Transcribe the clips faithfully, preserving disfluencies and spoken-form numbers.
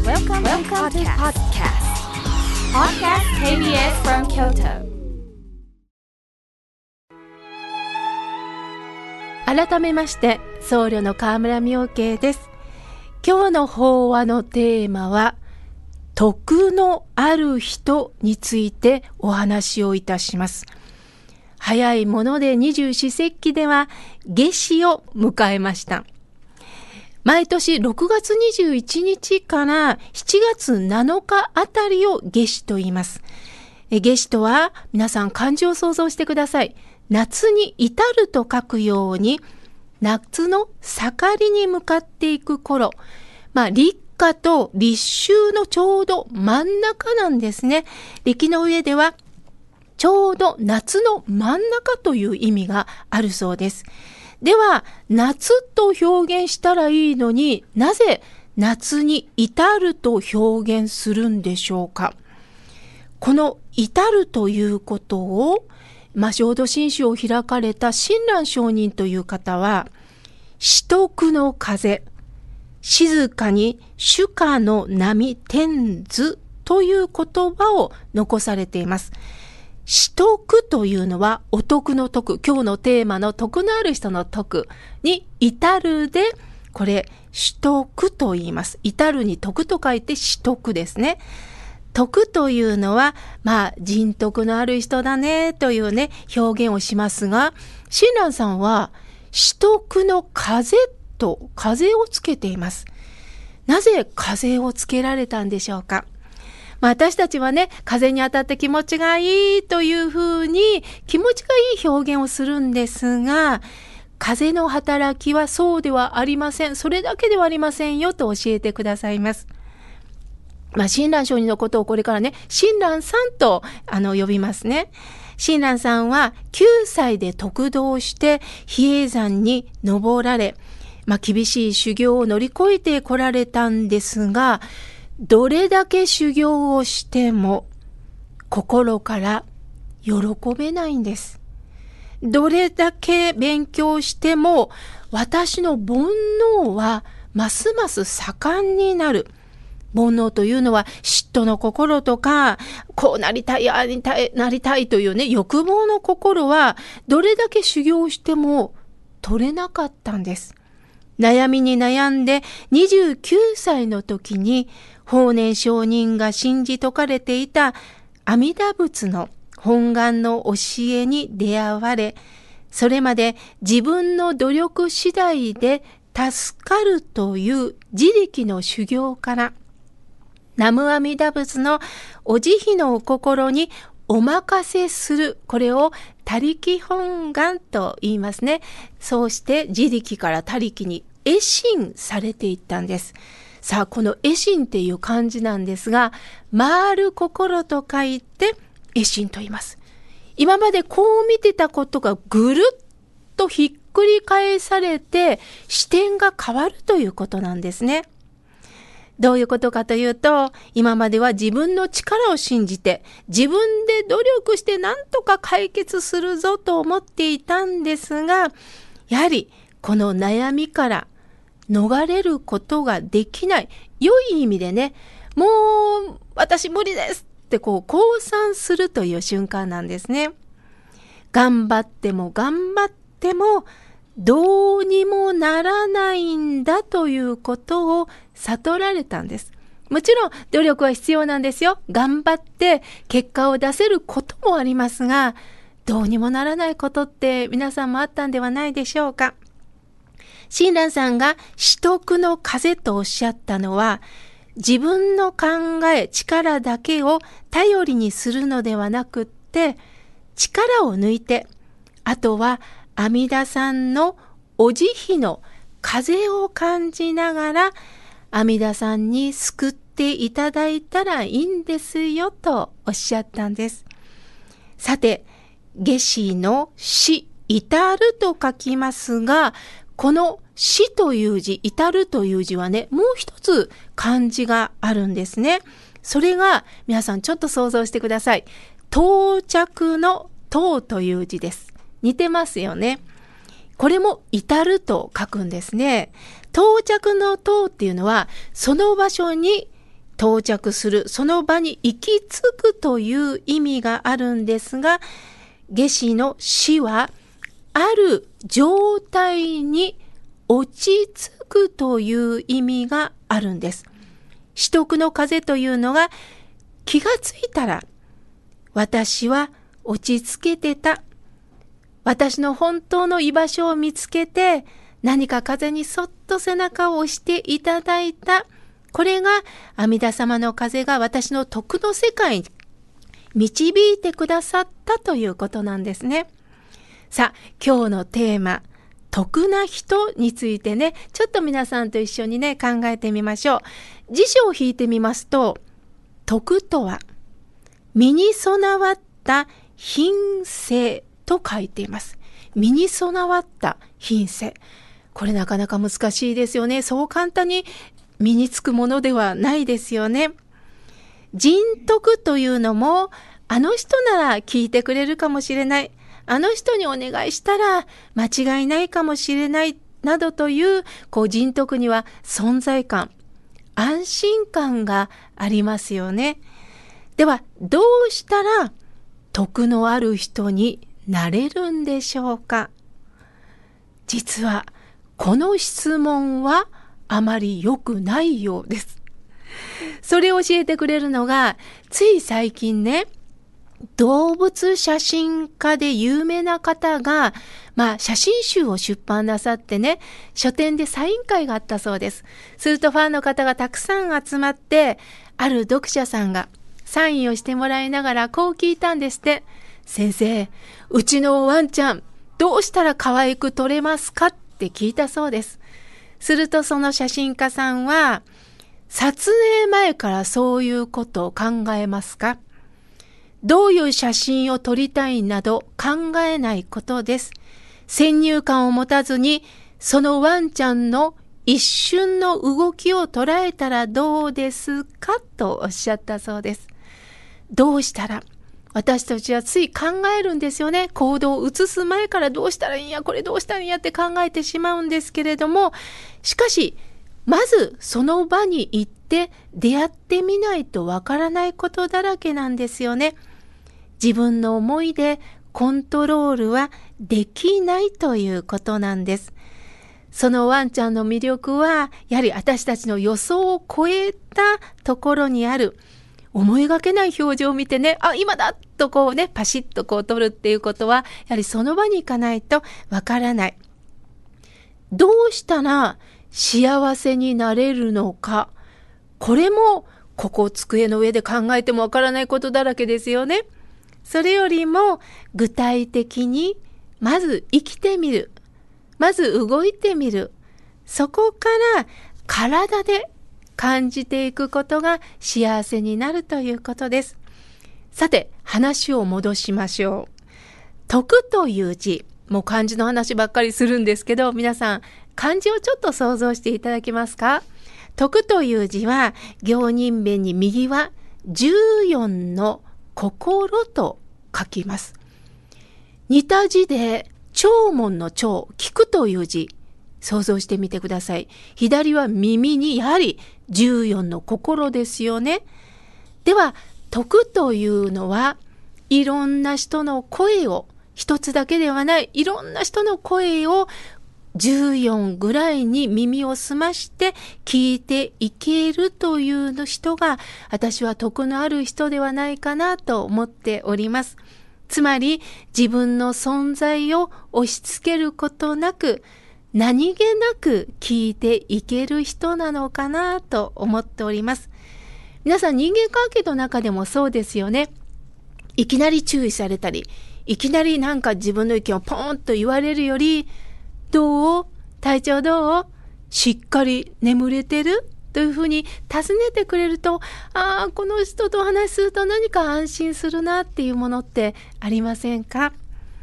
Welcome, Welcome to podcast. Podcast ケービーエス from Kyoto. 改めまして僧侶の河村妙慶です。今日の法話のテーマは徳のある人についてお話をいたします。早いもので二十四節気では夏至を迎えました。毎年ろくがつにじゅういちにちからしちがつなのかあたりを夏至と言います。夏至とは皆さん漢字を想像してください。夏に至ると書くように夏の盛りに向かっていく頃、まあ立夏と立秋のちょうど真ん中なんですね。暦の上ではちょうど夏の真ん中という意味があるそうです。では、夏と表現したらいいのになぜ夏に至ると表現するんでしょうか。この至るということを、まあ、浄土真宗を開かれた親鸞上人という方は、至徳の風、静かに主歌の波天図という言葉を残されています。至徳というのはお徳の徳、今日のテーマの徳のある人の徳に至るで、これ至徳と言います。至るに徳と書いて至徳ですね。徳というのは、まあ人徳のある人だねというね、表現をしますが、親鸞さんは至徳の風と風をつけています。なぜ風をつけられたんでしょうか。まあ、私たちはね、風に当たって気持ちがいいというふうに気持ちがいい表現をするんですが、風の働きはそうではありません。それだけではありませんよと教えてくださいます。まあ、親鸞上人のことをこれからね、親鸞さんとあの呼びますね。親鸞さんはきゅうさいで得道して比叡山に登られ、まあ、厳しい修行を乗り越えてこられたんですが、どれだけ修行をしても心から喜べないんです。どれだけ勉強しても私の煩悩はますます盛んになる。煩悩というのは嫉妬の心とか、こうなりたい、ああなりたい、なりたいというね、欲望の心はどれだけ修行しても取れなかったんです。悩みに悩んでにじゅうきゅうさいの時に法然上人が信じ説かれていた阿弥陀仏の本願の教えに出会われ、それまで自分の努力次第で助かるという自力の修行から、南無阿弥陀仏のお慈悲のお心にお任せする、これを他力本願と言いますね。そうして自力から他力に会心されていったんです。さあ、この会心っていう漢字なんですが、回る心と書いて会心と言います。今までこう見てたことがぐるっとひっくり返されて視点が変わるということなんですね。どういうことかというと、今までは自分の力を信じて自分で努力して何とか解決するぞと思っていたんですが、やはりこの悩みから逃れることができない。良い意味でね、もう私無理ですってこう降参するという瞬間なんですね。頑張っても頑張ってもどうにもならないんだということを悟られたんです。もちろん努力は必要なんですよ。頑張って結果を出せることもありますが、どうにもならないことって皆さんもあったんではないでしょうか。親鸞さんが至徳の風とおっしゃったのは、自分の考え、力だけを頼りにするのではなくって、力を抜いて、あとは阿弥陀さんのお慈悲の風を感じながら、阿弥陀さんに救っていただいたらいいんですよとおっしゃったんです。さて、夏至の至、至ると書きますが、この至という字、至るという字はね、もう一つ漢字があるんですね。それが、皆さんちょっと想像してください。到着の到という字です。似てますよね。これも至ると書くんですね。到着の到っていうのは、その場所に到着する、その場に行き着くという意味があるんですが、夏至の至はある状態に落ち着くという意味があるんです。至徳の風というのが、気がついたら私は落ち着けてた、私の本当の居場所を見つけて、何か風にそっと背中を押していただいた。これが阿弥陀様の風が私の徳の世界に導いてくださったということなんですね。さあ、今日のテーマ、徳な人についてね、ちょっと皆さんと一緒にね、考えてみましょう。辞書を引いてみますと、徳とは身に備わった品性と書いています。身に備わった品性。これなかなか難しいですよね。そう簡単に身につくものではないですよね。人徳というのも、あの人なら聞いてくれるかもしれない。あの人にお願いしたら間違いないかもしれない。などという、こう人徳には存在感、安心感がありますよね。では、どうしたら徳のある人になれるんでしょうか。実は、この質問はあまり良くないようです。それを教えてくれるのが、つい最近ね、動物写真家で有名な方が、まあ写真集を出版なさってね、書店でサイン会があったそうです。するとファンの方がたくさん集まって、ある読者さんがサインをしてもらいながらこう聞いたんですって。先生、うちのワンちゃん、どうしたら可愛く撮れますかって聞いたそうです。するとその写真家さんは、撮影前からそういうことを考えますか？どういう写真を撮りたいなど考えないことです。先入観を持たずに、そのワンちゃんの一瞬の動きを捉えたらどうですかとおっしゃったそうです。どうしたら、私たちはつい考えるんですよね。行動を移す前からどうしたらいいんや、これどうしたらいいんやって考えてしまうんですけれども、しかし、まずその場に行って出会ってみないとわからないことだらけなんですよね。自分の思いでコントロールはできないということなんです。そのワンちゃんの魅力は、やはり私たちの予想を超えたところにある。思いがけない表情を見てね、あ、今だとこうね、パシッとこう撮るっていうことは、やはりその場に行かないとわからない。どうしたら幸せになれるのか。これも、ここ机の上で考えてもわからないことだらけですよね。それよりも、具体的に、まず生きてみる。まず動いてみる。そこから体で感じていくことが幸せになるということです。さて、話を戻しましょう。徳という字、もう漢字の話ばっかりするんですけど、皆さん、漢字をちょっと想像していただけますか？徳という字は、行人弁に右はじゅうよんの心と書きます。似た字で、聴聞の聴、聞くという字、想像してみてください。左は耳に、やはりじゅうよんの心ですよね。では、徳というのは、いろんな人の声を、一つだけではない、いろんな人の声をじゅうよんぐらいに耳を澄まして聞いていけるという人が、私は徳のある人ではないかなと思っております。つまり、自分の存在を押し付けることなく、何気なく聞いていける人なのかなと思っております。皆さん、人間関係の中でもそうですよね。いきなり注意されたり、いきなりなんか自分の意見をポーンと言われるより、どう？体調どう？しっかり眠れてる？というふうに尋ねてくれると、ああ、この人とお話しすると何か安心するなっていうものってありませんか？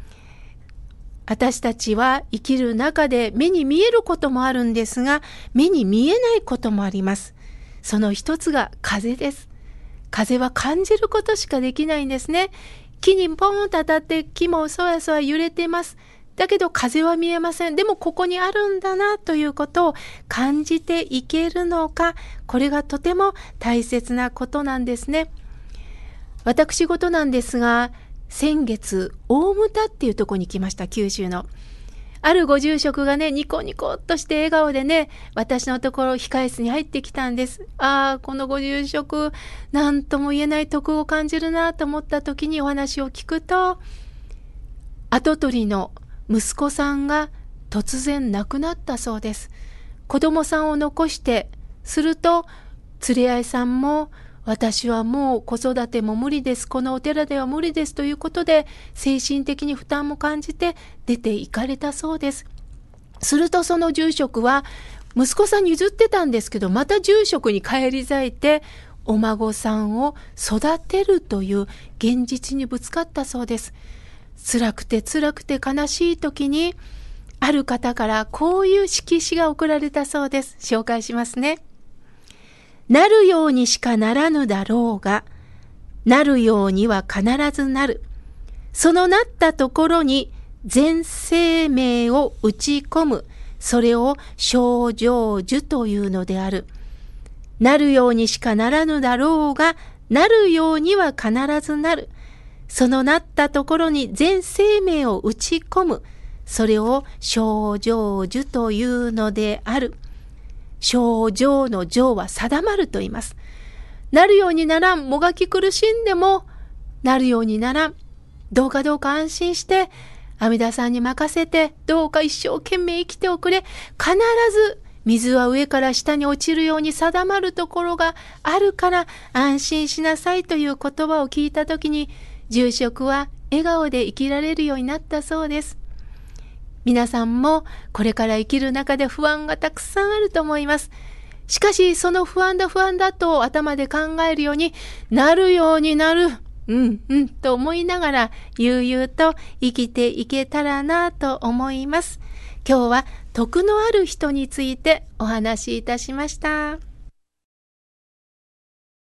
私たちは生きる中で目に見えることもあるんですが、目に見えないこともあります。その一つが風です。風は感じることしかできないんですね。木にポーンと当たって木もそわそわ揺れてます。 だけど風は見えません。でもここにあるんだなということを感じていけるのか、これがとても大切なことなんですね。私事なんですが、先月大牟田っていうところに来ました。九州のあるご住職がね、ニコニコっとして笑顔でね、私のところ控室に入ってきたんです。ああ、このご住職、なんとも言えない徳を感じるなと思った時にお話を聞くと、跡取りの息子さんが突然亡くなったそうです。子供さんを残して、すると連れ合いさんも、私はもう子育ても無理です。このお寺では無理ですということで、精神的に負担も感じて出て行かれたそうです。するとその住職は、息子さんに譲ってたんですけど、また住職に返り咲いて、お孫さんを育てるという現実にぶつかったそうです。辛くて辛くて悲しい時に、ある方からこういう色紙が送られたそうです。紹介しますね。なるようにしかならぬだろうが、なるようには必ずなる。そのなったところに全生命を打ち込む。それを正成就というのである。なるようにしかならぬだろうが、なるようには必ずなる。そのなったところに全生命を打ち込む。それを正成就というのである。正成の成は定まると言います。なるようにならん、もがき苦しんでも、なるようにならん。どうかどうか安心して、阿弥陀さんに任せて、どうか一生懸命生きておくれ。必ず水は上から下に落ちるように定まるところがあるから安心しなさいという言葉を聞いたときに、住職は笑顔で生きられるようになったそうです。皆さんもこれから生きる中で不安がたくさんあると思います。しかしその不安だ不安だと頭で考えるようになるようになる、うんうんと思いながら悠々と生きていけたらなと思います。今日は徳のある人についてお話しいたしました。